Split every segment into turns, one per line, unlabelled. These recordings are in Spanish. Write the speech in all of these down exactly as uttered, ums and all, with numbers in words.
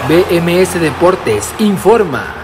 B M S Deportes informa.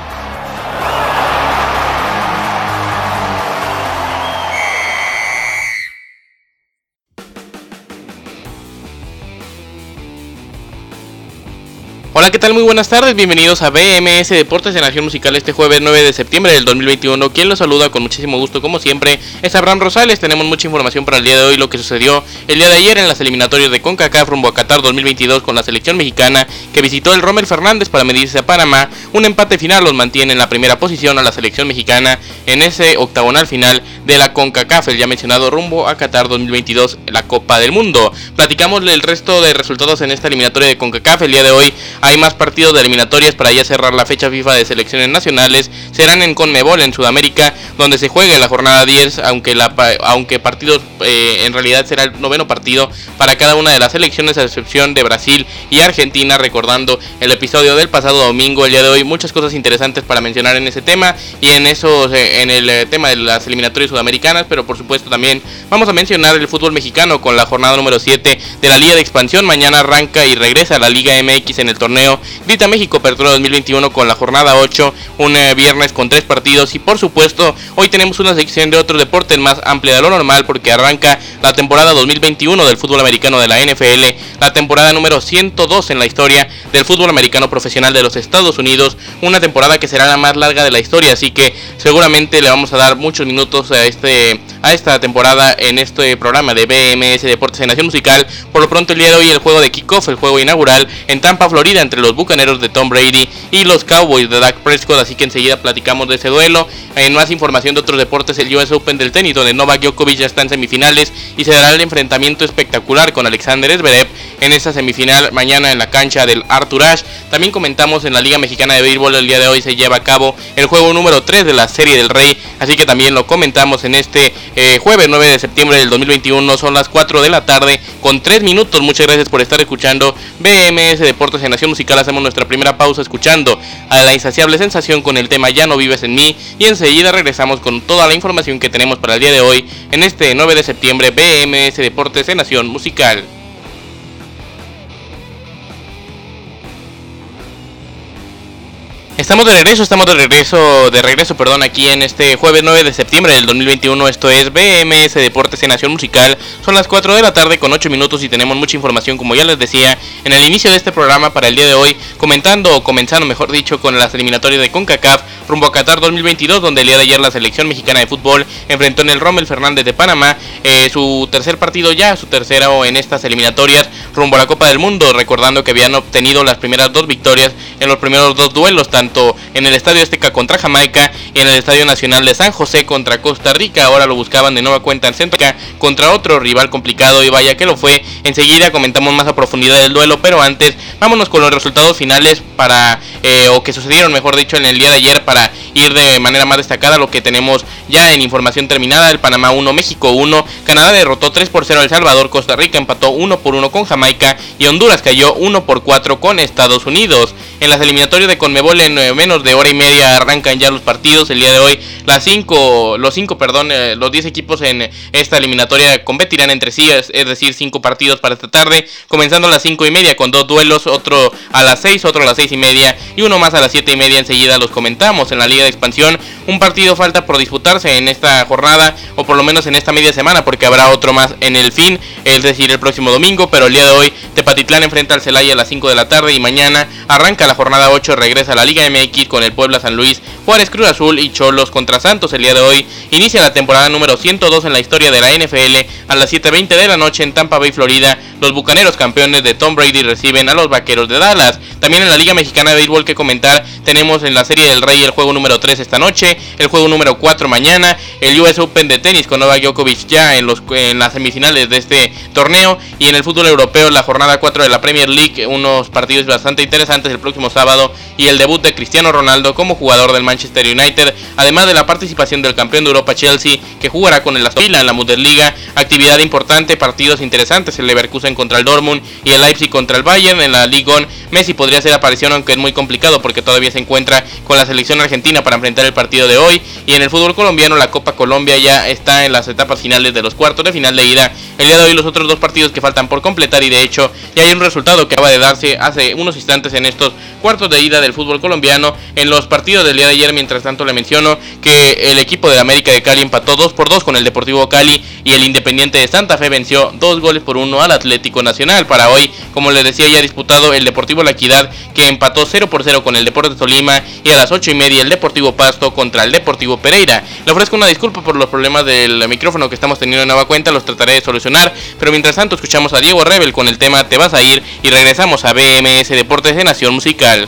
Hola, ¿qué tal? Muy buenas tardes, bienvenidos a B M S Deportes de Nación Musical este jueves nueve de septiembre del dos mil veintiuno. Quien los saluda con muchísimo gusto, como siempre, es Abraham Rosales. Tenemos mucha información para el día de hoy, lo que sucedió el día de ayer en las eliminatorias de CONCACAF rumbo a Qatar dos mil veintidós con la selección mexicana que visitó el Rommel Fernández para medirse a Panamá. Un empate final los mantiene en la primera posición a la selección mexicana en ese octagonal final de la CONCACAF, el ya mencionado rumbo a Qatar dos mil veintidós, la Copa del Mundo. Platicamos el resto de resultados en esta eliminatoria de CONCACAF. El día de hoy hay más partidos de eliminatorias para ya cerrar la fecha FIFA de selecciones nacionales. Serán en CONMEBOL en Sudamérica, donde se juegue la jornada diez, aunque, la, aunque partidos eh, en realidad será el noveno partido para cada una de las selecciones, a excepción de Brasil y Argentina. Recordando el episodio del pasado domingo, el día de hoy muchas cosas interesantes para mencionar en ese tema y en esos, eh, en el eh, tema de las eliminatorias sudamericanas, pero por supuesto también vamos a mencionar el fútbol mexicano con la jornada número siete de la Liga de Expansión. Mañana arranca y regresa a la Liga M X en el torneo Grita México Apertura dos mil veintiuno con la jornada ocho, un eh, viernes con tres partidos. Y por supuesto hoy tenemos una sección de otros deportes más amplia de lo normal, porque arranca la temporada dos mil veintiuno del fútbol americano de la N F L, la temporada número ciento dos en la historia del fútbol americano profesional de los Estados Unidos, una temporada que será la más larga de la historia, así que seguramente le vamos a dar muchos minutos a este a esta temporada en este programa de B M S Deportes de Nación Musical. Por lo pronto el día de hoy el juego de kickoff, el juego inaugural en Tampa, Florida, entre los Bucaneros de Tom Brady y los Cowboys de Dak Prescott, así que enseguida platicamos de ese duelo. En más información de otros deportes, el U S Open del tenis, donde Novak Djokovic ya está en semifinales y se dará el enfrentamiento espectacular con Alexander Zverev en esta semifinal mañana en la cancha del Arthur Ashe. También comentamos en la Liga Mexicana de Béisbol, el día de hoy se lleva a cabo el juego número tres de la Serie del Rey, así que también lo comentamos en este eh, jueves nueve de septiembre del dos mil veintiuno. Son las cuatro de la tarde con tres minutos. Muchas gracias por estar escuchando B M S Deportes en Nación Musical. Hacemos nuestra primera pausa escuchando a La Insaciable Sensación con el tema Ya no vives en mí, y enseguida regresamos con toda la información que tenemos para el día de hoy en este nueve de septiembre. B M S Deportes en Nación Musical. Estamos de regreso, estamos de regreso, de regreso, perdón, aquí en este jueves nueve de septiembre del dos mil veintiuno. Esto es B M S Deportes en Nación Musical. Son las cuatro de la tarde con ocho minutos y tenemos mucha información, como ya les decía en el inicio de este programa, para el día de hoy, comentando o comenzando, mejor dicho, con las eliminatorias de CONCACAF rumbo a Qatar dos mil veintidós, donde el día de ayer la selección mexicana de fútbol enfrentó en el Rommel Fernández de Panamá eh, su tercer partido ya, su tercero en estas eliminatorias rumbo a la Copa del Mundo, recordando que habían obtenido las primeras dos victorias en los primeros dos duelos, tanto en el Estadio Azteca contra Jamaica y en el Estadio Nacional de San José contra Costa Rica. Ahora lo buscaban de nueva cuenta en Centroamérica contra otro rival complicado, y vaya que lo fue. Enseguida comentamos más a profundidad del duelo, pero antes vámonos con los resultados finales para eh, o que sucedieron, mejor dicho, en el día de ayer, para ir de manera más destacada lo que tenemos ya en información terminada. El Panamá uno, México uno, Canadá derrotó tres por cero a El Salvador, Costa Rica empató uno por uno con Jamaica y Honduras cayó uno por cuatro con Estados Unidos. En las eliminatorias de CONMEBOL en eh, menos de hora y media arrancan ya los partidos. El día de hoy las cinco, los cinco, perdón, eh, los diez equipos en esta eliminatoria competirán entre sí, es, es decir, cinco partidos para esta tarde, comenzando a las cinco y media con dos duelos, otro a las seis, otro a las seis y media y uno más a las siete y media. Enseguida los comentamos. En la Liga de Expansión, un partido falta por disputarse en esta jornada, o por lo menos en esta media semana, porque habrá otro más en el fin, es decir, el próximo domingo. Pero el día de hoy Tepatitlán enfrenta al Celaya a las cinco de la tarde, y mañana arranca la jornada ocho, regresa a la Liga M X con el Puebla San Luis, Juárez Cruz Azul y Cholos contra Santos. El día de hoy inicia la temporada número ciento dos en la historia de la N F L. A las siete veinte de la noche en Tampa Bay, Florida, los Bucaneros, campeones de Tom Brady, reciben a los Vaqueros de Dallas. También en la Liga Mexicana de Béisbol que comentar, tenemos en la Serie del Rey el juego número tres esta noche, el juego número cuatro mañana, el U S Open de tenis con Novak Djokovic ya en, los, en las semifinales de este torneo, y en el fútbol europeo la jornada cuatro de la Premier League, unos partidos bastante interesantes el próximo sábado, y el debut de Cristiano Ronaldo como jugador del Manchester United, además de la participación del campeón de Europa Chelsea, que jugará con el Aston Villa en la Bundesliga. Actividad importante, partidos interesantes, el Leverkusen Hoffenheim contra el Dortmund y el Leipzig contra el Bayern. En la Ligue uno, Messi podría hacer aparición, aunque es muy complicado porque todavía se encuentra con la selección argentina para enfrentar el partido de hoy. Y en el fútbol colombiano, la Copa Colombia ya está en las etapas finales de los cuartos de final de ida. El día de hoy los otros dos partidos que faltan por completar, y de hecho ya hay un resultado que acaba de darse hace unos instantes en estos cuartos de ida del fútbol colombiano. En los partidos del día de ayer, mientras tanto, le menciono que el equipo de América de Cali empató dos por dos con el Deportivo Cali, y el Independiente de Santa Fe venció dos goles por uno al Atlético Nacional. Para hoy, como les decía, ya disputado el Deportivo La Equidad, que empató cero por cero con el Deportes Tolima, y a las ocho y media el Deportivo Pasto contra el Deportivo Pereira. Le ofrezco una disculpa por los problemas del micrófono que estamos teniendo de nueva cuenta, los trataré de solucionar, pero mientras tanto escuchamos a Diego Rebel con el tema Te vas a ir, y regresamos a B M S Deportes de Nación Musical.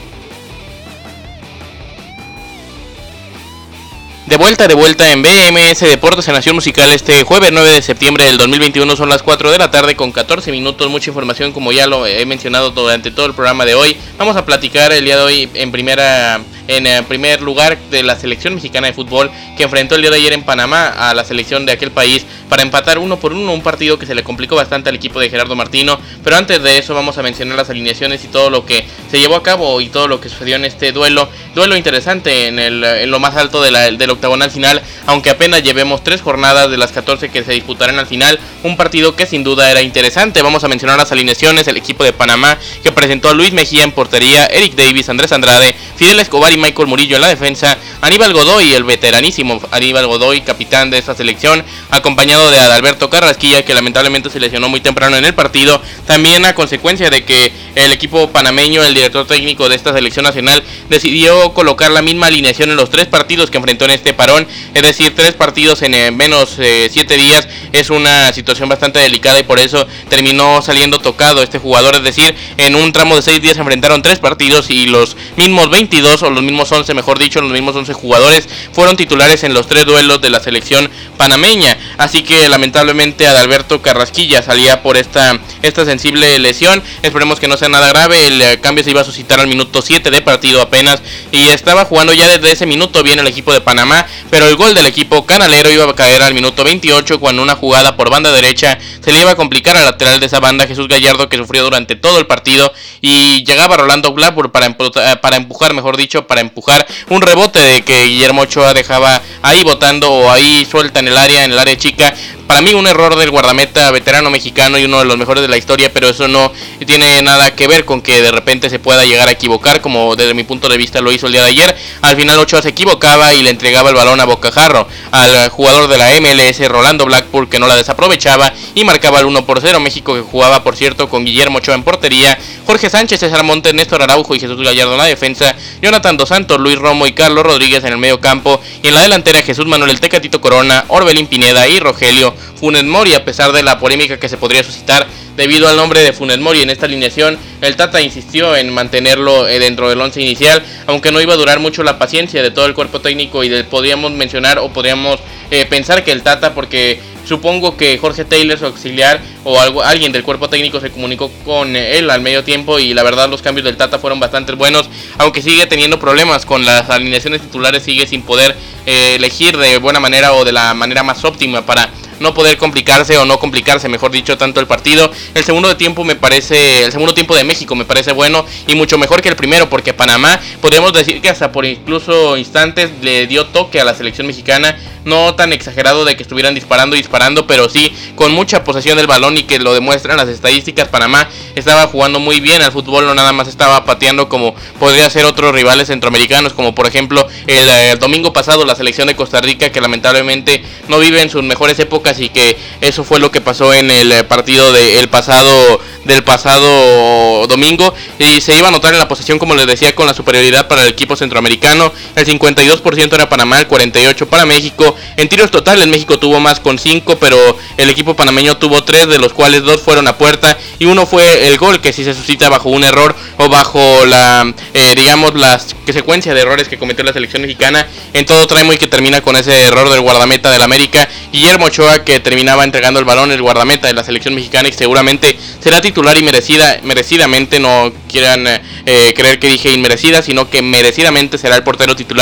De vuelta, de vuelta en B M S Deportes en Nación Musical este jueves nueve de septiembre del dos mil veintiuno, son las cuatro de la tarde con catorce minutos, mucha información como ya lo he mencionado durante todo el programa de hoy. Vamos a platicar el día de hoy en primera... En primer lugar de la selección mexicana de fútbol, que enfrentó el día de ayer en Panamá a la selección de aquel país para empatar uno por uno, un partido que se le complicó bastante al equipo de Gerardo Martino. Pero antes de eso vamos a mencionar las alineaciones y todo lo que se llevó a cabo y todo lo que sucedió en este duelo, duelo interesante en, el, en lo más alto de la, del octagonal final, aunque apenas llevemos tres jornadas de las catorce que se disputarán al final, un partido que sin duda era interesante. Vamos a mencionar las alineaciones: el equipo de Panamá, que presentó a Luis Mejía en portería, Eric Davis, Andrés Andrade, Fidel Escobar y Michael Murillo en la defensa, Aníbal Godoy, el veteranísimo Aníbal Godoy, capitán de esta selección, acompañado de Adalberto Carrasquilla, que lamentablemente se lesionó muy temprano en el partido, también a consecuencia de que el equipo panameño, el director técnico de esta selección nacional, decidió colocar la misma alineación en los tres partidos que enfrentó en este parón, es decir, tres partidos en eh, menos eh, siete días. Es una situación bastante delicada y por eso terminó saliendo tocado este jugador, es decir, en un tramo de seis días se enfrentaron tres partidos y los mismos veintidós, o los mismos once, mejor dicho, los mismos once jugadores fueron titulares en los tres duelos de la selección panameña. Así que lamentablemente Adalberto Carrasquilla salía por esta, esta sensible lesión. Esperemos que no sea nada grave. El eh, cambio se iba a suscitar al minuto siete de partido apenas, y estaba jugando ya desde ese minuto bien el equipo de Panamá, pero el gol del equipo canalero iba a caer al minuto veintiocho, cuando una jugada por banda derecha se le iba a complicar al lateral de esa banda, Jesús Gallardo, que sufrió durante todo el partido, y llegaba Rolando Blackburn para, empujar, para empujar, mejor dicho, para empujar un rebote de que Guillermo Ochoa dejaba ahí botando o ahí suelta en el área, en el área chica. Para mí un error del guardameta veterano mexicano y uno de los mejores de la historia, pero eso no tiene nada que ver con que de repente se pueda llegar a equivocar, como desde mi punto de vista lo hizo el día de ayer. Al final Ochoa se equivocaba y le entregaba el balón a bocajarro al jugador de la M L S, Rolando Blackburn, que no la desaprovechaba y marcaba el uno por cero. México, que jugaba por cierto con Guillermo Ochoa en portería, Jorge Sánchez, César Montes, Néstor Araujo y Jesús Gallardo en la defensa, Jonathan Dos Santos, Luis Romo y Carlos Rodríguez en el medio campo, y en la delantera Jesús Manuel El Tecatito Corona, Orbelín Pineda y Rogelio Funes Mori. A pesar de la polémica que se podría suscitar debido al nombre de Funes Mori en esta alineación, el Tata insistió en mantenerlo dentro del once inicial, aunque no iba a durar mucho la paciencia de todo el cuerpo técnico y de, podríamos mencionar o podríamos eh, pensar que el Tata, porque supongo que Jorge Taylor, su auxiliar, o algo, alguien del cuerpo técnico se comunicó con él al medio tiempo, y la verdad los cambios del Tata fueron bastante buenos, aunque sigue teniendo problemas con las alineaciones titulares, sigue sin poder eh, elegir de buena manera o de la manera más óptima para no poder complicarse o no complicarse, mejor dicho, tanto el partido. El segundo de tiempo me parece, el segundo tiempo de México me parece bueno y mucho mejor que el primero, porque Panamá, podríamos decir que hasta por incluso instantes le dio toque a la selección mexicana, no tan exagerado de que estuvieran disparando y disparando, pero sí con mucha posesión del balón, y que lo demuestran las estadísticas. Panamá estaba jugando muy bien al fútbol, no nada más estaba pateando como podría ser otros rivales centroamericanos, como por ejemplo el, el domingo pasado la selección de Costa Rica, que lamentablemente no vive en sus mejores épocas, y que eso fue lo que pasó en el partido de el pasado del pasado domingo, y se iba a notar en la posesión, como les decía, con la superioridad para el equipo centroamericano. El cincuenta y dos por ciento era Panamá, el cuarenta y ocho por ciento para México. En tiros totales México tuvo más con cinco, pero el equipo panameño tuvo tres, de los cuales dos fueron a puerta, y uno fue el gol, que sí se suscita bajo un error o bajo la eh, digamos la secuencia de errores que cometió la selección mexicana. En todo tramo, y que termina con ese error del guardameta del América, Guillermo Ochoa, que terminaba entregando el balón, el guardameta de la selección mexicana, y seguramente será titular y merecida, merecidamente, no quieran eh, creer que dije inmerecida, sino que merecidamente será el portero titular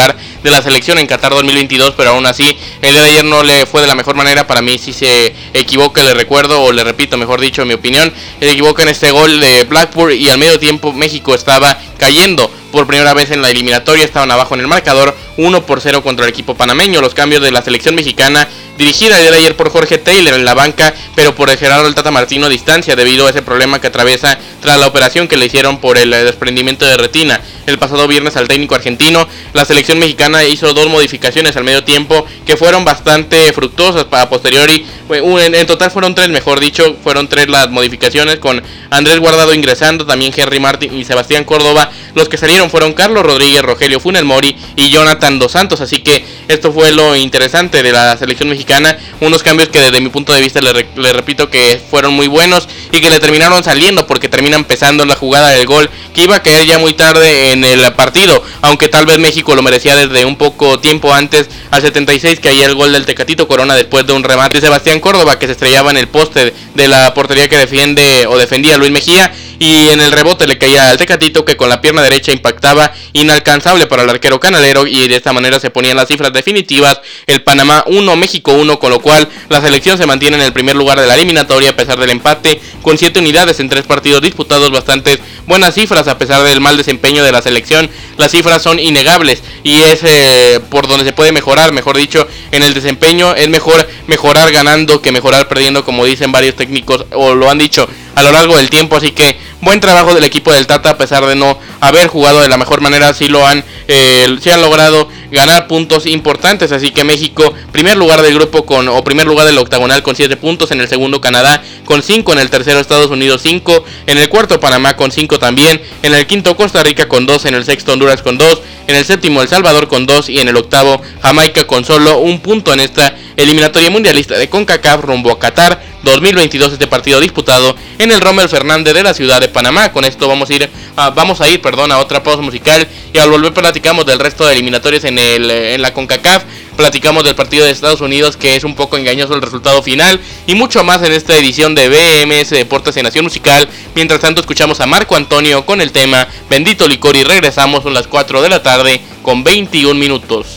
de la selección en Qatar dos mil veintidós, pero aún así el día de ayer no le fue de la mejor manera. Para mí sí se equivoca, le recuerdo, o le repito mejor dicho, en mi opinión, se equivoca en este gol de Blackburn y al medio tiempo México estaba cayendo por primera vez en la eliminatoria, estaban abajo en el marcador uno por cero contra el equipo panameño. Los cambios de la selección mexicana, dirigida el día de ayer por Jorge Taylor en la banca, pero por el Gerardo el Tata Martino a distancia debido a ese problema que atraviesa tras la operación que le hicieron por el desprendimiento de retina el pasado viernes al técnico argentino. La selección mexicana hizo dos modificaciones al medio tiempo que fueron bastante fructuosas. Para posteriori, en total fueron tres, mejor dicho, fueron tres las modificaciones, con Andrés Guardado ingresando, también Henry Martin y Sebastián Córdoba. Los que salieron fueron Carlos Rodríguez, Rogelio Funes Mori y Jonathan Dos Santos, así que esto fue lo interesante de la selección mexicana, unos cambios que desde mi punto de vista le, re, le repito que fueron muy buenos y que le terminaron saliendo porque terminan pesando la jugada del gol que iba a caer ya muy tarde en el partido, aunque tal vez México lo merecía desde un poco tiempo antes. Al setenta y seis caía el gol del Tecatito Corona después de un remate de Sebastián Córdoba que se estrellaba en el poste de la portería que defiende o defendía Luis Mejía, y en el rebote le caía al Tecatito, que con la pierna derecha impactaba inalcanzable para el arquero canalero, y de esta manera se ponían las cifras definitivas: el Panamá uno, México uno, con lo cual la selección se mantiene en el primer lugar de la eliminatoria a pesar del empate, con siete unidades en tres partidos disputados. Bastantes buenas cifras a pesar del mal desempeño de la selección. Las cifras son innegables y es eh, por donde se puede mejorar, mejor dicho, en el desempeño. Es mejor mejorar ganando que mejorar perdiendo, como dicen varios técnicos o lo han dicho a lo largo del tiempo, así que buen trabajo del equipo del Tata, a pesar de no haber jugado de la mejor manera, sí lo han, eh, sí han logrado ganar puntos importantes. Así que México, primer lugar del grupo con, o primer lugar del octagonal con siete puntos, en el segundo Canadá con cinco, en el tercero Estados Unidos cinco, en el cuarto Panamá con cinco también, en el quinto Costa Rica con dos, en el sexto Honduras con dos, en el séptimo El Salvador con dos y en el octavo Jamaica con solo un punto en esta eliminatoria mundialista de CONCACAF rumbo a Qatar dos mil veintidós, este partido disputado en el Rommel Fernández de la ciudad de Panamá. Con esto vamos a ir, a, vamos a ir, perdón, a otra pausa musical y al volver platicamos del resto de eliminatorias en el en la CONCACAF. Platicamos del partido de Estados Unidos, que es un poco engañoso el resultado final, y mucho más en esta edición de B M S Deportes en Nación Musical. Mientras tanto escuchamos a Marco Antonio con el tema Bendito Licor y regresamos. Son las cuatro de la tarde con veintiún minutos.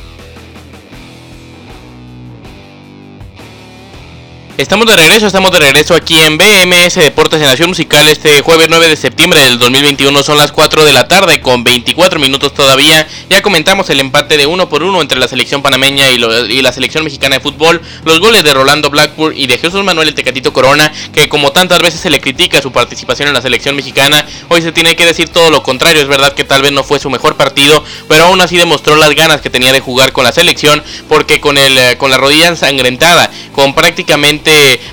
Estamos de regreso, estamos de regreso aquí en B M S Deportes en Nación Musical este jueves nueve de septiembre del dos mil veintiuno, son las cuatro de la tarde con veinticuatro minutos todavía. Ya comentamos el empate de uno por uno entre la selección panameña y, lo, y la selección mexicana de fútbol, los goles de Rolando Blackburn y de Jesús Manuel el Tecatito Corona, que como tantas veces se le critica su participación en la selección mexicana, hoy se tiene que decir todo lo contrario. Es verdad que tal vez no fue su mejor partido, pero aún así demostró las ganas que tenía de jugar con la selección, porque con, el, con la rodilla ensangrentada, con prácticamente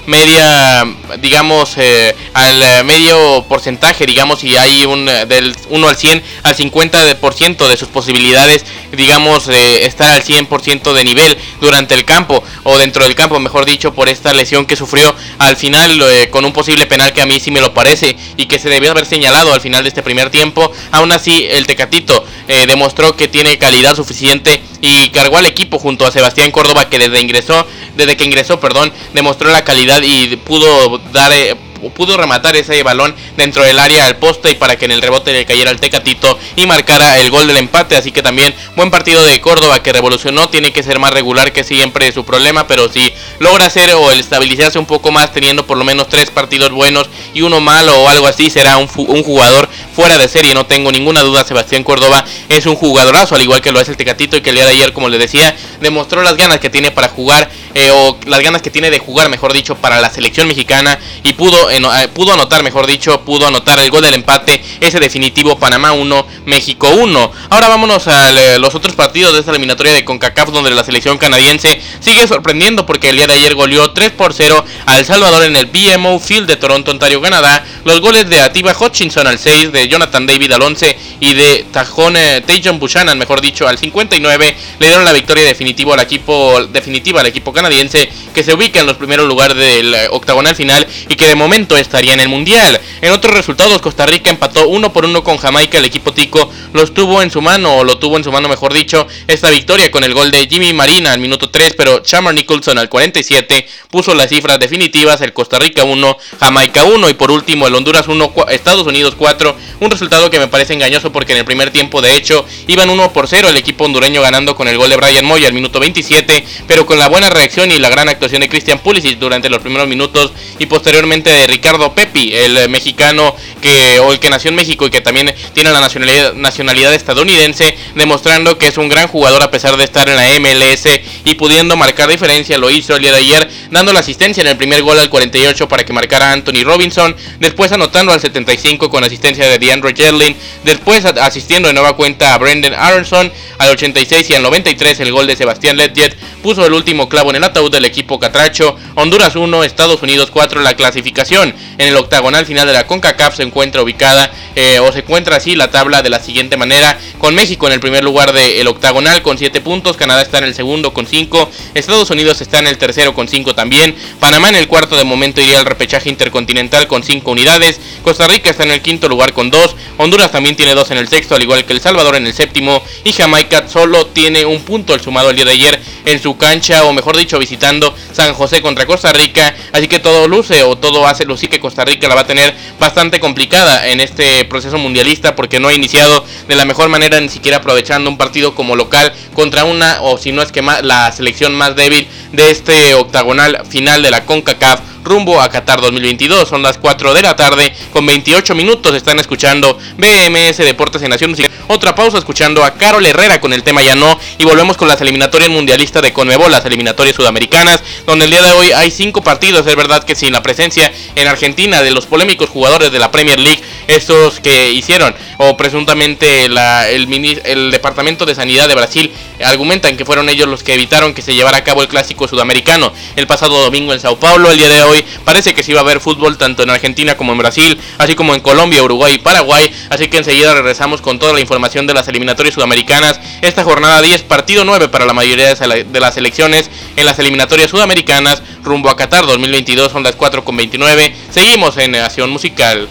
media, digamos, eh, al medio porcentaje, digamos, y hay un del uno al cien al cincuenta por ciento de sus posibilidades, digamos, de estar al cien por ciento de nivel durante el campo, o dentro del campo, mejor dicho, por esta lesión que sufrió al final, eh, con un posible penal que a mí sí me lo parece, y que se debió haber señalado al final de este primer tiempo. Aún así, el Tecatito eh, demostró que tiene calidad suficiente y cargó al equipo junto a Sebastián Córdoba, que desde ingresó, desde que ingresó, perdón, demostró la calidad y pudo dar eh, pudo rematar ese balón dentro del área al poste, y para que en el rebote le cayera al Tecatito y marcara el gol del empate. Así que también buen partido de Córdoba, que revolucionó. Tiene que ser más regular, que siempre su problema, pero si logra hacer o el estabilizarse un poco más, teniendo por lo menos tres partidos buenos y uno malo o algo así, será un, un jugador fuera de serie, no tengo ninguna duda. Sebastián Córdoba es un jugadorazo, al igual que lo es el Tecatito, y que el día de ayer, como le decía, demostró las ganas que tiene para jugar, eh, o las ganas que tiene de jugar, mejor dicho, para la selección mexicana, y pudo Eh, pudo anotar, mejor dicho, pudo anotar el gol del empate, ese definitivo. Panamá uno, México uno. Ahora vámonos a eh, los otros partidos de esta eliminatoria de CONCACAF, donde la selección canadiense sigue sorprendiendo, porque el día de ayer goleó tres por cero a El Salvador en el B M O Field de Toronto, Ontario, Canadá. Los goles de Atiba Hutchinson al seis, de Jonathan David al once y de Tajone Tajon Buchanan, mejor dicho, al cincuenta y nueve, le dieron la victoria definitiva al equipo definitiva al equipo canadiense, que se ubica en los primeros lugares del octagonal final y que de momento estaría en el mundial. En otros resultados, Costa Rica empató uno por uno con Jamaica. El equipo tico los tuvo en su mano, o lo tuvo en su mano mejor dicho, esta victoria con el gol de Jimmy Marina al minuto tres, pero Shamar Nicholson al cuarenta y siete puso las cifras definitivas, el Costa Rica uno, Jamaica uno y por último el Honduras uno, Estados Unidos cuatro, un resultado que me parece engañoso porque en el primer tiempo de hecho iban uno por cero el equipo hondureño ganando con el gol de Brian Moya al minuto veintisiete, pero con la buena reacción y la gran actuación de Christian Pulisic durante los primeros minutos y posteriormente de Ricardo Pepi, el mexicano que o el que nació en México y que también tiene la nacionalidad, nacionalidad estadounidense, demostrando que es un gran jugador a pesar de estar en la M L S y pudiendo marcar diferencia. Lo hizo el día de ayer dando la asistencia en el primer gol al cuarenta y ocho para que marcara Anthony Robinson, después anotando al setenta y cinco con asistencia de DeAndre Yedlin, después asistiendo de nueva cuenta a Brendan Aronson al ochenta y seis y al noventa y tres el gol de Sebastián Lletget puso el último clavo en el ataúd del equipo catracho. Honduras uno, Estados Unidos cuatro. La clasificación en el octagonal final de la CONCACAF se encuentra ubicada eh, o se encuentra así la tabla de la siguiente manera, con México en el primer lugar del octagonal con siete puntos, Canadá está en el segundo con cinco, Estados Unidos está en el tercero con cinco también, Panamá en el cuarto, de momento iría al repechaje intercontinental con cinco unidades, Costa Rica está en el quinto lugar con dos, Honduras también tiene dos en el sexto, al igual que El Salvador en el séptimo, y Jamaica solo tiene un punto el sumado el día de ayer en su cancha, o mejor dicho visitando San José contra Costa Rica, así que todo luce o todo hace lucir que Costa Rica la va a tener bastante complicada en este proceso mundialista porque no ha iniciado de la mejor manera, ni siquiera aprovechando un partido como local contra una, o si no es que más, la selección más débil de este octagonal final de la CONCACAF rumbo a Qatar dos mil veintidós. Son las cuatro de la tarde con veintiocho minutos, están escuchando B M S Deportes en Nación Musical. Otra pausa escuchando a Carol Herrera con el tema Ya No, y volvemos con las eliminatorias mundialistas de CONMEBOL, las eliminatorias sudamericanas, donde el día de hoy hay cinco partidos. Es verdad que sin la presencia en Argentina de los polémicos jugadores de la Premier League, estos que hicieron o presuntamente la, el, el Departamento de Sanidad de Brasil argumentan que fueron ellos los que evitaron que se llevara a cabo el clásico sudamericano el pasado domingo en Sao Paulo. El día de hoy parece que sí va a haber fútbol tanto en Argentina como en Brasil, así como en Colombia, Uruguay y Paraguay, así que enseguida regresamos con toda la información de las eliminatorias sudamericanas. Esta jornada diez, partido nueve para la mayoría de las selecciones en las eliminatorias sudamericanas rumbo a Qatar dos mil veintidós. Son las cuatro con veintinueve, seguimos en Nación Musical.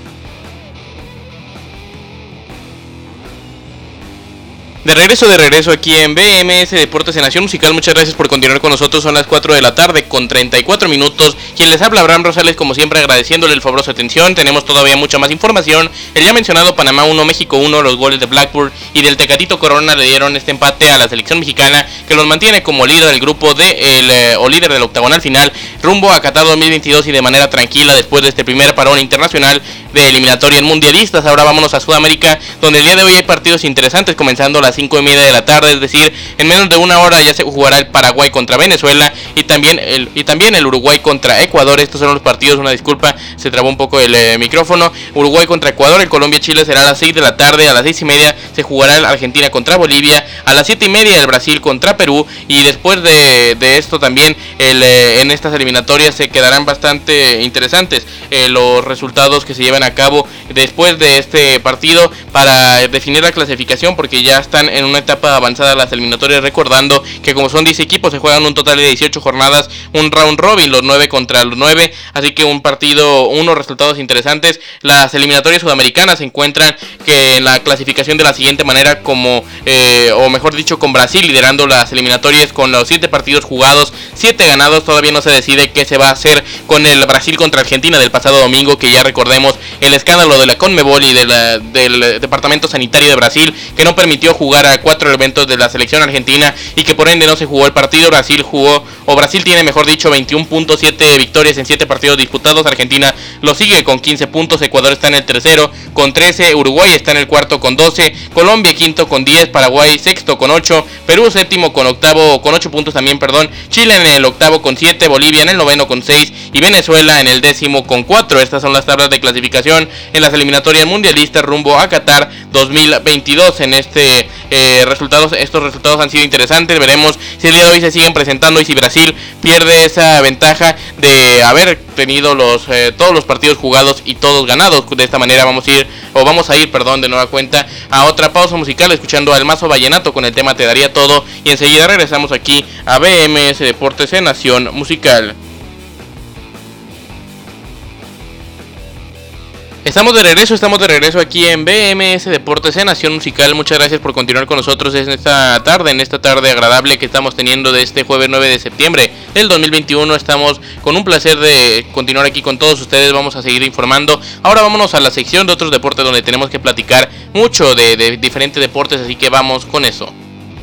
De regreso, de regreso aquí en B M S Deportes en Nación Musical. Muchas gracias por continuar con nosotros. Son las cuatro de la tarde con treinta y cuatro minutos. Quien les habla, Abraham Rosales, como siempre agradeciéndole el favorosa atención. Tenemos todavía mucha más información. El ya mencionado Panamá uno, México uno. Los goles de Blackburn y del Tecatito Corona le dieron este empate a la selección mexicana, que los mantiene como líder del grupo de el, eh, o líder del octagonal final rumbo a Qatar dos mil veintidós, y de manera tranquila después de este primer parón internacional de eliminatorias mundialistas. Ahora vámonos a Sudamérica, donde el día de hoy hay partidos interesantes, comenzando a las cinco y media de la tarde, es decir, en menos de una hora ya se jugará el Paraguay contra Venezuela y también el, y también el Uruguay contra Ecuador. Estos son los partidos, una disculpa, se trabó un poco el eh, micrófono. Uruguay contra Ecuador, el Colombia-Chile será a las seis de la tarde, a las seis y media se jugará el Argentina contra Bolivia, a las siete y media el Brasil contra Perú, y después de, de esto también el, eh, en estas eliminatorias se quedarán bastante interesantes eh, los resultados que se llevan a cabo después de este partido para definir la clasificación, porque ya están en una etapa avanzada las eliminatorias, recordando que como son diez equipos se juegan un total de dieciocho jornadas, un round robin, los nueve contra los nueve, así que un partido, unos resultados interesantes. Las eliminatorias sudamericanas se encuentran que en la clasificación de la siguiente manera, como eh, o mejor dicho con Brasil liderando las eliminatorias con los siete partidos jugados, siete ganados. Todavía no se decide qué se va a hacer con el Brasil contra Argentina del pasado domingo, que ya recordemos el escándalo de la CONMEBOL y de la, del Departamento Sanitario de Brasil, que no permitió jugar a cuatro eventos de la selección argentina y que por ende no se jugó el partido. Brasil jugó, o Brasil tiene mejor dicho veintiuno punto siete victorias en siete partidos disputados. Argentina lo sigue con quince puntos, Ecuador está en el tercero con trece, Uruguay está en el cuarto con doce, Colombia quinto con diez, Paraguay sexto con ocho, Perú séptimo con octavo con ocho puntos también, perdón, Chile en el octavo con siete, Bolivia en el noveno con seis y Venezuela en el décimo con cuatro. Estas son las tablas de clasificación en las eliminatorias mundialistas rumbo a Qatar dos mil veintidós. En este eh, resultados, estos resultados han sido interesantes. Veremos si el día de hoy se siguen presentando y si Brasil pierde esa ventaja de haber tenido los eh, todos los partidos jugados y todos ganados. De esta manera vamos a ir o vamos a ir, perdón, de nueva cuenta a otra pausa musical escuchando al Mazo Vallenato con el tema Te Daría Todo, y enseguida regresamos aquí a B M S Deportes en Nación Musical. Estamos de regreso, estamos de regreso aquí en B M S Deportes en Nación Musical. Muchas gracias por continuar con nosotros en esta tarde, en esta tarde agradable que estamos teniendo de este jueves nueve de septiembre del dos mil veintiuno. Estamos con un placer de continuar aquí con todos ustedes, vamos a seguir informando. Ahora vámonos a la sección de otros deportes donde tenemos que platicar mucho de, de diferentes deportes, así que vamos con eso.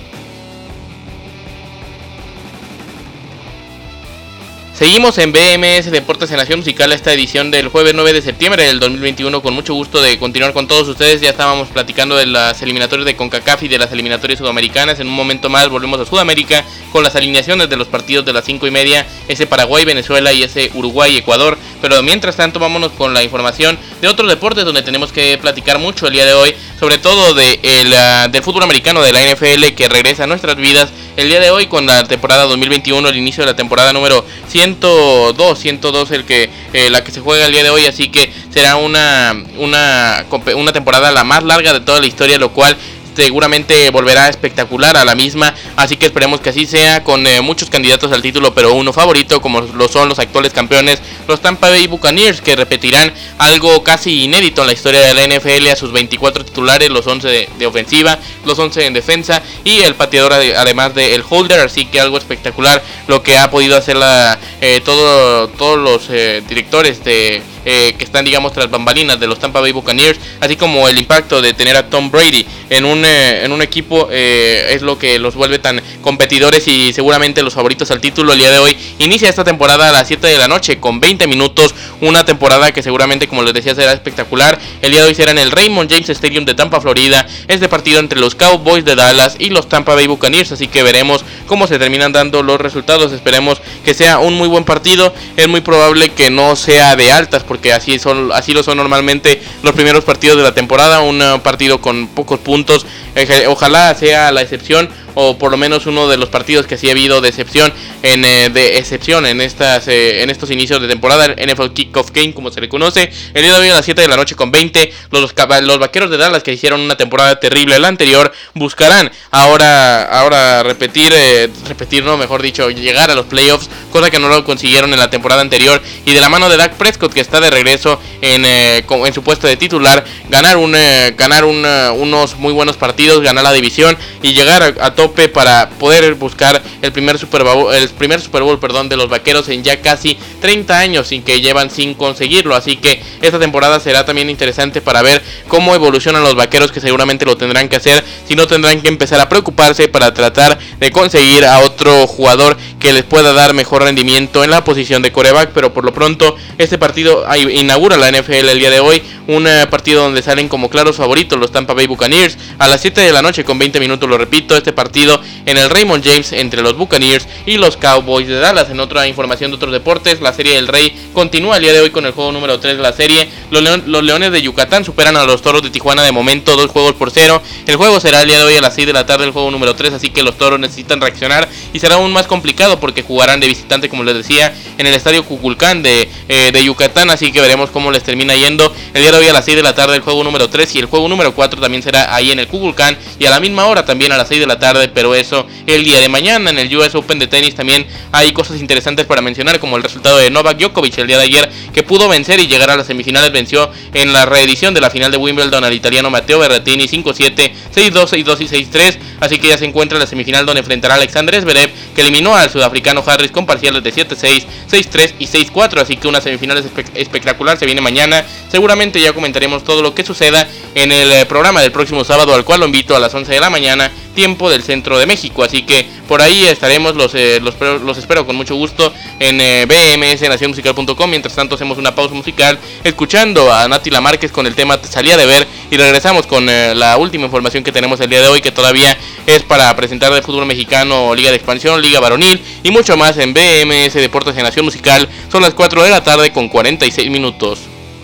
Seguimos en B M S Deportes en Nación Musical, esta edición del jueves nueve de septiembre del dos mil veintiuno, con mucho gusto de continuar con todos ustedes. Ya estábamos platicando de las eliminatorias de CONCACAF y de las eliminatorias sudamericanas. En un momento más volvemos a Sudamérica con las alineaciones de los partidos de las cinco y media, ese Paraguay, Venezuela y ese Uruguay, Ecuador. Pero mientras tanto vámonos con la información de otros deportes donde tenemos que platicar mucho el día de hoy, sobre todo de el, uh, del fútbol americano, de la N F L, que regresa a nuestras vidas el día de hoy con la temporada dos mil veintiuno, el inicio de la temporada número ciento dos, ciento dos el que, eh, la que se juega el día de hoy, así que será una, una, una temporada la más larga de toda la historia, lo cual seguramente volverá espectacular a la misma, así que esperemos que así sea, con eh, muchos candidatos al título, pero uno favorito como lo son los actuales campeones, los Tampa Bay Buccaneers, que repetirán algo casi inédito en la historia de la N F L a sus veinticuatro titulares, los once de, de ofensiva, los once en defensa y el pateador además del holder, así que algo espectacular lo que ha podido hacer la, eh, todo, todos los eh, directores de Eh, que están, digamos, tras bambalinas de los Tampa Bay Buccaneers, así como el impacto de tener a Tom Brady en un, eh, en un equipo eh, es lo que los vuelve tan competidores y seguramente los favoritos al título. El día de hoy inicia esta temporada a las siete de la noche con veinte minutos, una temporada que seguramente, como les decía, será espectacular. El día de hoy será en el Raymond James Stadium de Tampa, Florida, este partido entre los Cowboys de Dallas y los Tampa Bay Buccaneers, así que veremos cómo se terminan dando los resultados. Esperemos que sea un muy buen partido, es muy probable que no sea de altas, porque así son, así lo son normalmente los primeros partidos de la temporada, un partido con pocos puntos, ojalá sea la excepción, o por lo menos uno de los partidos que sí ha habido de excepción en eh, de excepción en estas eh, en estos inicios de temporada, el N F L Kickoff Game como se le conoce. El día de hoy a las siete de la noche con veinte, los, los Vaqueros de Dallas, que hicieron una temporada terrible la anterior, buscarán ahora ahora repetir eh, repetir no, mejor dicho, llegar a los playoffs, cosa que no lo consiguieron en la temporada anterior, y de la mano de Dak Prescott, que está de regreso en, eh, en su puesto de titular, ganar un eh, ganar un, uh, unos muy buenos partidos, ganar la división y llegar a, a tope para poder buscar el primer Super Bowl, el primer Super Bowl, perdón, de los Vaqueros en ya casi treinta años sin que llevan sin conseguirlo, así que esta temporada será también interesante para ver cómo evolucionan los Vaqueros, que seguramente lo tendrán que hacer, si no tendrán que empezar a preocuparse para tratar de conseguir a otro jugador que les pueda dar mejor rendimiento en la posición de quarterback. Pero por lo pronto este partido inaugura la N F L el día de hoy, un partido donde salen como claros favoritos los Tampa Bay Buccaneers a las siete de la noche con veinte minutos, lo repito, este partido en el Raymond James entre los Buccaneers y los Cowboys de Dallas. En otra información de otros deportes, la Serie del Rey continúa el día de hoy con el juego número tres de la serie. Los, Leon, los Leones de Yucatán superan a los Toros de Tijuana de momento, dos juegos por cero. El juego será el día de hoy a las seis de la tarde, el juego número tres, así que los Toros necesitan reaccionar y será aún más complicado porque jugarán de visitante, como les decía, en el estadio Cuculcán de, eh, de Yucatán, así que veremos cómo les termina yendo. El día de hoy a las seis de la tarde el juego número tres y el juego número cuatro también será ahí en el Cuculcán y a la misma hora también a las seis de la tarde, pero eso el día de mañana. En el U S Open de tenis también hay cosas interesantes para mencionar, como el resultado de Novak Djokovic el día de ayer, que pudo vencer y llegar a las semifinales. Venció en la reedición de la final de Wimbledon al italiano Matteo Berrettini cinco siete, seis dos, seis dos y seis tres, así que ya se encuentra en la semifinal donde enfrentará a Alexander Zverev, que eliminó al sudafricano Harris con parciales de siete seis, seis tres y seis cuatro, así que una semifinal espe- espectacular se viene mañana. Seguramente ya comentaremos todo lo que suceda en el programa del próximo sábado, al cual lo invito a las once de la mañana, tiempo del centro de México, así que por ahí estaremos, los, eh, los, los espero con mucho gusto en eh, B M S Nación Musical punto com. Mientras tanto hacemos una pausa musical escuchando a Nátila Márquez con el tema Te salía de ver y regresamos con eh, la última información que tenemos el día de hoy, que todavía es para presentar de fútbol mexicano, Liga de Expansión, Liga Varonil y mucho más en B M S Deportes en Nación Musical. Son las cuatro de la tarde con cuarenta y seis minutos.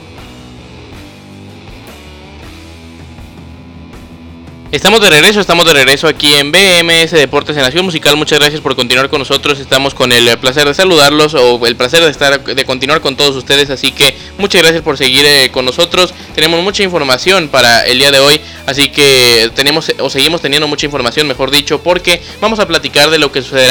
Estamos de regreso, estamos de regreso aquí en B M S Deportes en Nación Musical. Muchas gracias por continuar con nosotros. Estamos con el placer de saludarlos o el placer de estar de continuar con todos ustedes. Así que muchas gracias por seguir eh, con nosotros. Tenemos mucha información para el día de hoy, así que tenemos o seguimos teniendo mucha información, mejor dicho, porque vamos a platicar de lo que sucederá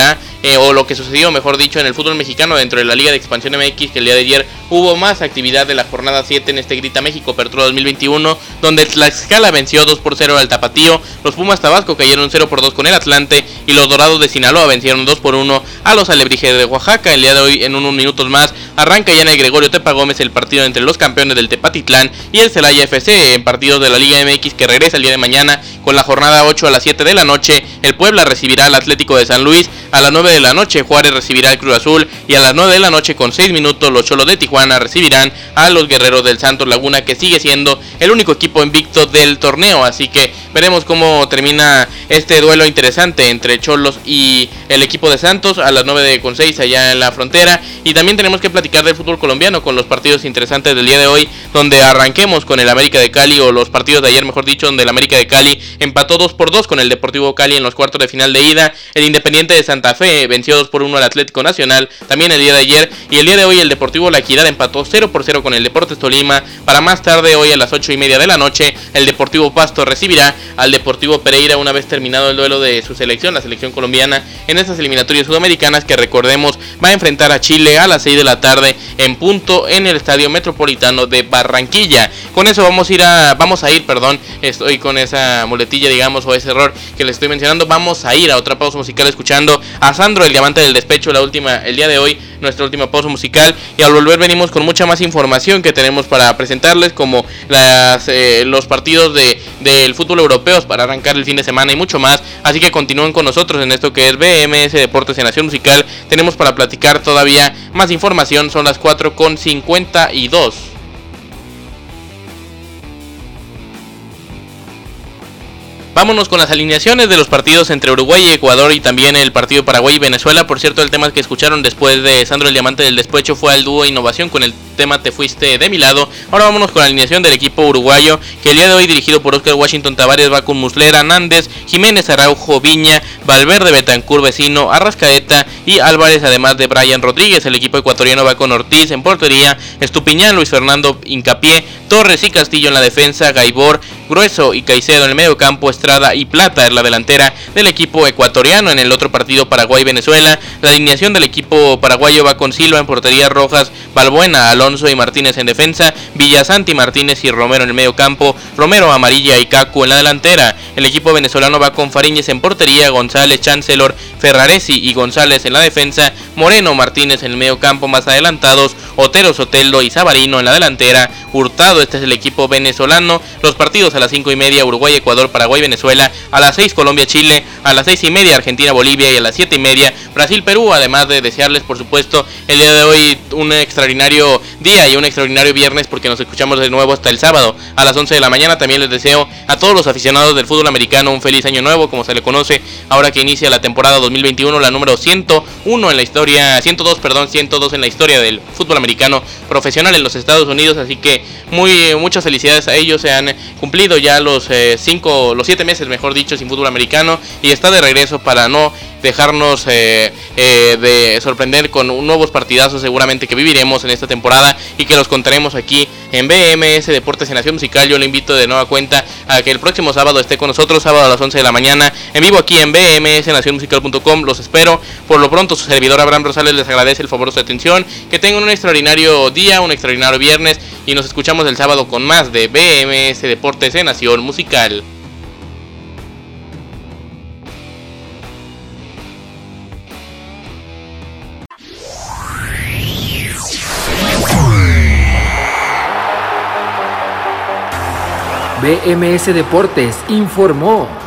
eh, o lo que sucedió, mejor dicho, en el fútbol mexicano dentro de la Liga de Expansión M X, que el día de ayer hubo más actividad de la jornada siete en este Grita México Apertura dos mil veintiuno, donde Tlaxcala venció dos por cero al Tapatío, los Pumas Tabasco cayeron cero por dos con el Atlante y los Dorados de Sinaloa vencieron dos por uno a los Alebrijes de Oaxaca. El día de hoy, en unos minutos más, arranca ya en el Gregorio Tepa Gómez el partido entre los campeones del Tepatitlán y el Celaya F C en partidos de la Liga M X, que regresa el día de mañana con la jornada ocho a las siete de la noche. El Puebla recibirá al Atlético de San Luis, a las nueve de la noche Juárez recibirá al Cruz Azul y a las nueve de la noche con seis minutos los Cholos de Tijuana recibirán a los Guerreros del Santos Laguna, que sigue siendo el único equipo invicto del torneo. Así que veremos cómo termina este duelo interesante entre Cholos y el equipo de Santos a las nueve con seis allá en la frontera. Y también tenemos que platicar del fútbol colombiano con los partidos interesantes del día de hoy, donde arranquemos con el América de Cali, o los partidos de ayer mejor dicho, donde el América de Cali empató dos por dos con el Deportivo Cali en los cuartos de final de ida. El Independiente de Santa Fe venció dos por uno al Atlético Nacional también el día de ayer, y el día de hoy el Deportivo La Equidad empató cero por cero con el Deportes Tolima. Para más tarde, hoy a las ocho y media de la noche, el Deportivo Pasto recibirá al Deportivo Pereira una vez terminado el duelo de su selección, la selección colombiana, en estas eliminatorias sudamericanas, que recordemos va a enfrentar a Chile a las seis de la tarde en punto en el Estadio Metropolitano de Barranquilla. Con eso vamos a ir a, vamos a ir, perdón, estoy con esa muletilla, digamos, o ese error que les estoy mencionando. Vamos a ir a otra pausa musical escuchando a Sandro, el Diamante del Despecho, la última, el día de hoy, nuestra última pausa musical, y al volver venimos con mucha más información que tenemos para presentarles, como las, eh, los partidos de del fútbol europeos para arrancar el fin de semana y mucho más. Así que continúen con nosotros en esto que es B M S Deportes en Nación Musical. Tenemos para platicar todavía más información, son las cuatro con cincuenta y dos. Vámonos con las alineaciones de los partidos entre Uruguay y Ecuador, y también el partido Paraguay y Venezuela. Por cierto, el tema que escucharon después de Sandro el Diamante del Despecho fue al dúo Innovación con el tema Te Fuiste de Mi Lado. Ahora vámonos con la alineación del equipo uruguayo, que el día de hoy, dirigido por Oscar Washington Tavares, va con Muslera, Nández, Jiménez, Araujo, Viña, Valverde, Betancur, Vecino, Arrascaeta y Álvarez, además de Brian Rodríguez. El equipo ecuatoriano va con Ortiz en portería, Estupiñán, Luis Fernando Hincapié, Torres y Castillo en la defensa, Gaibor, Grueso y Caicedo en el medio campo, Estrada y Plata en la delantera del equipo ecuatoriano. En el otro partido Paraguay-Venezuela, la alineación del equipo paraguayo va con Silva en portería, Rojas, Balbuena, Alonso y Martínez en defensa, Villasanti, Martínez y Romero en el medio campo, Romero, Amarilla y Cacu en la delantera. El equipo venezolano va con Fariñez en portería, González, Chancellor, Ferraresi y González en la defensa, Moreno, Martínez en el medio campo más adelantados, Otero, Soteldo y Sabarino en la delantera, Hurtado, este es el equipo venezolano. Los partidos a las cinco y media, Uruguay, Ecuador, Paraguay, Venezuela, a las seis Colombia, Chile, a las seis y media Argentina, Bolivia, y a las siete y media Brasil, Perú. Además de desearles, por supuesto, el día de hoy un extraordinario día y un extraordinario viernes, porque nos escuchamos de nuevo hasta el sábado a las once de la mañana. También les deseo a todos los aficionados del fútbol americano un feliz año nuevo, como se le conoce ahora que inicia la temporada dos mil veintiuno, la número ciento uno en la historia, ciento dos, perdón, ciento dos en la historia del fútbol americano profesional en los Estados Unidos. Así que muy muchas felicidades a ellos. Se han cumplido ya los eh, cinco, los siete meses, mejor dicho, sin fútbol americano, y está de regreso para no dejarnos eh, eh, de sorprender con nuevos partidazos seguramente que viviremos en esta temporada y que los contaremos aquí en B M S Deportes en Nación Musical. Yo le invito de nueva cuenta a que el próximo sábado esté con nosotros, sábado a las once de la mañana, en vivo aquí en B M S Nación Musical punto com. Los espero. Por lo pronto, su servidor Abraham Rosales les agradece el favor de su atención. Que tengan un extraordinario día, un extraordinario viernes, y nos escuchamos el sábado con más de B M S Deportes en Nación Musical.
B M S Deportes informó.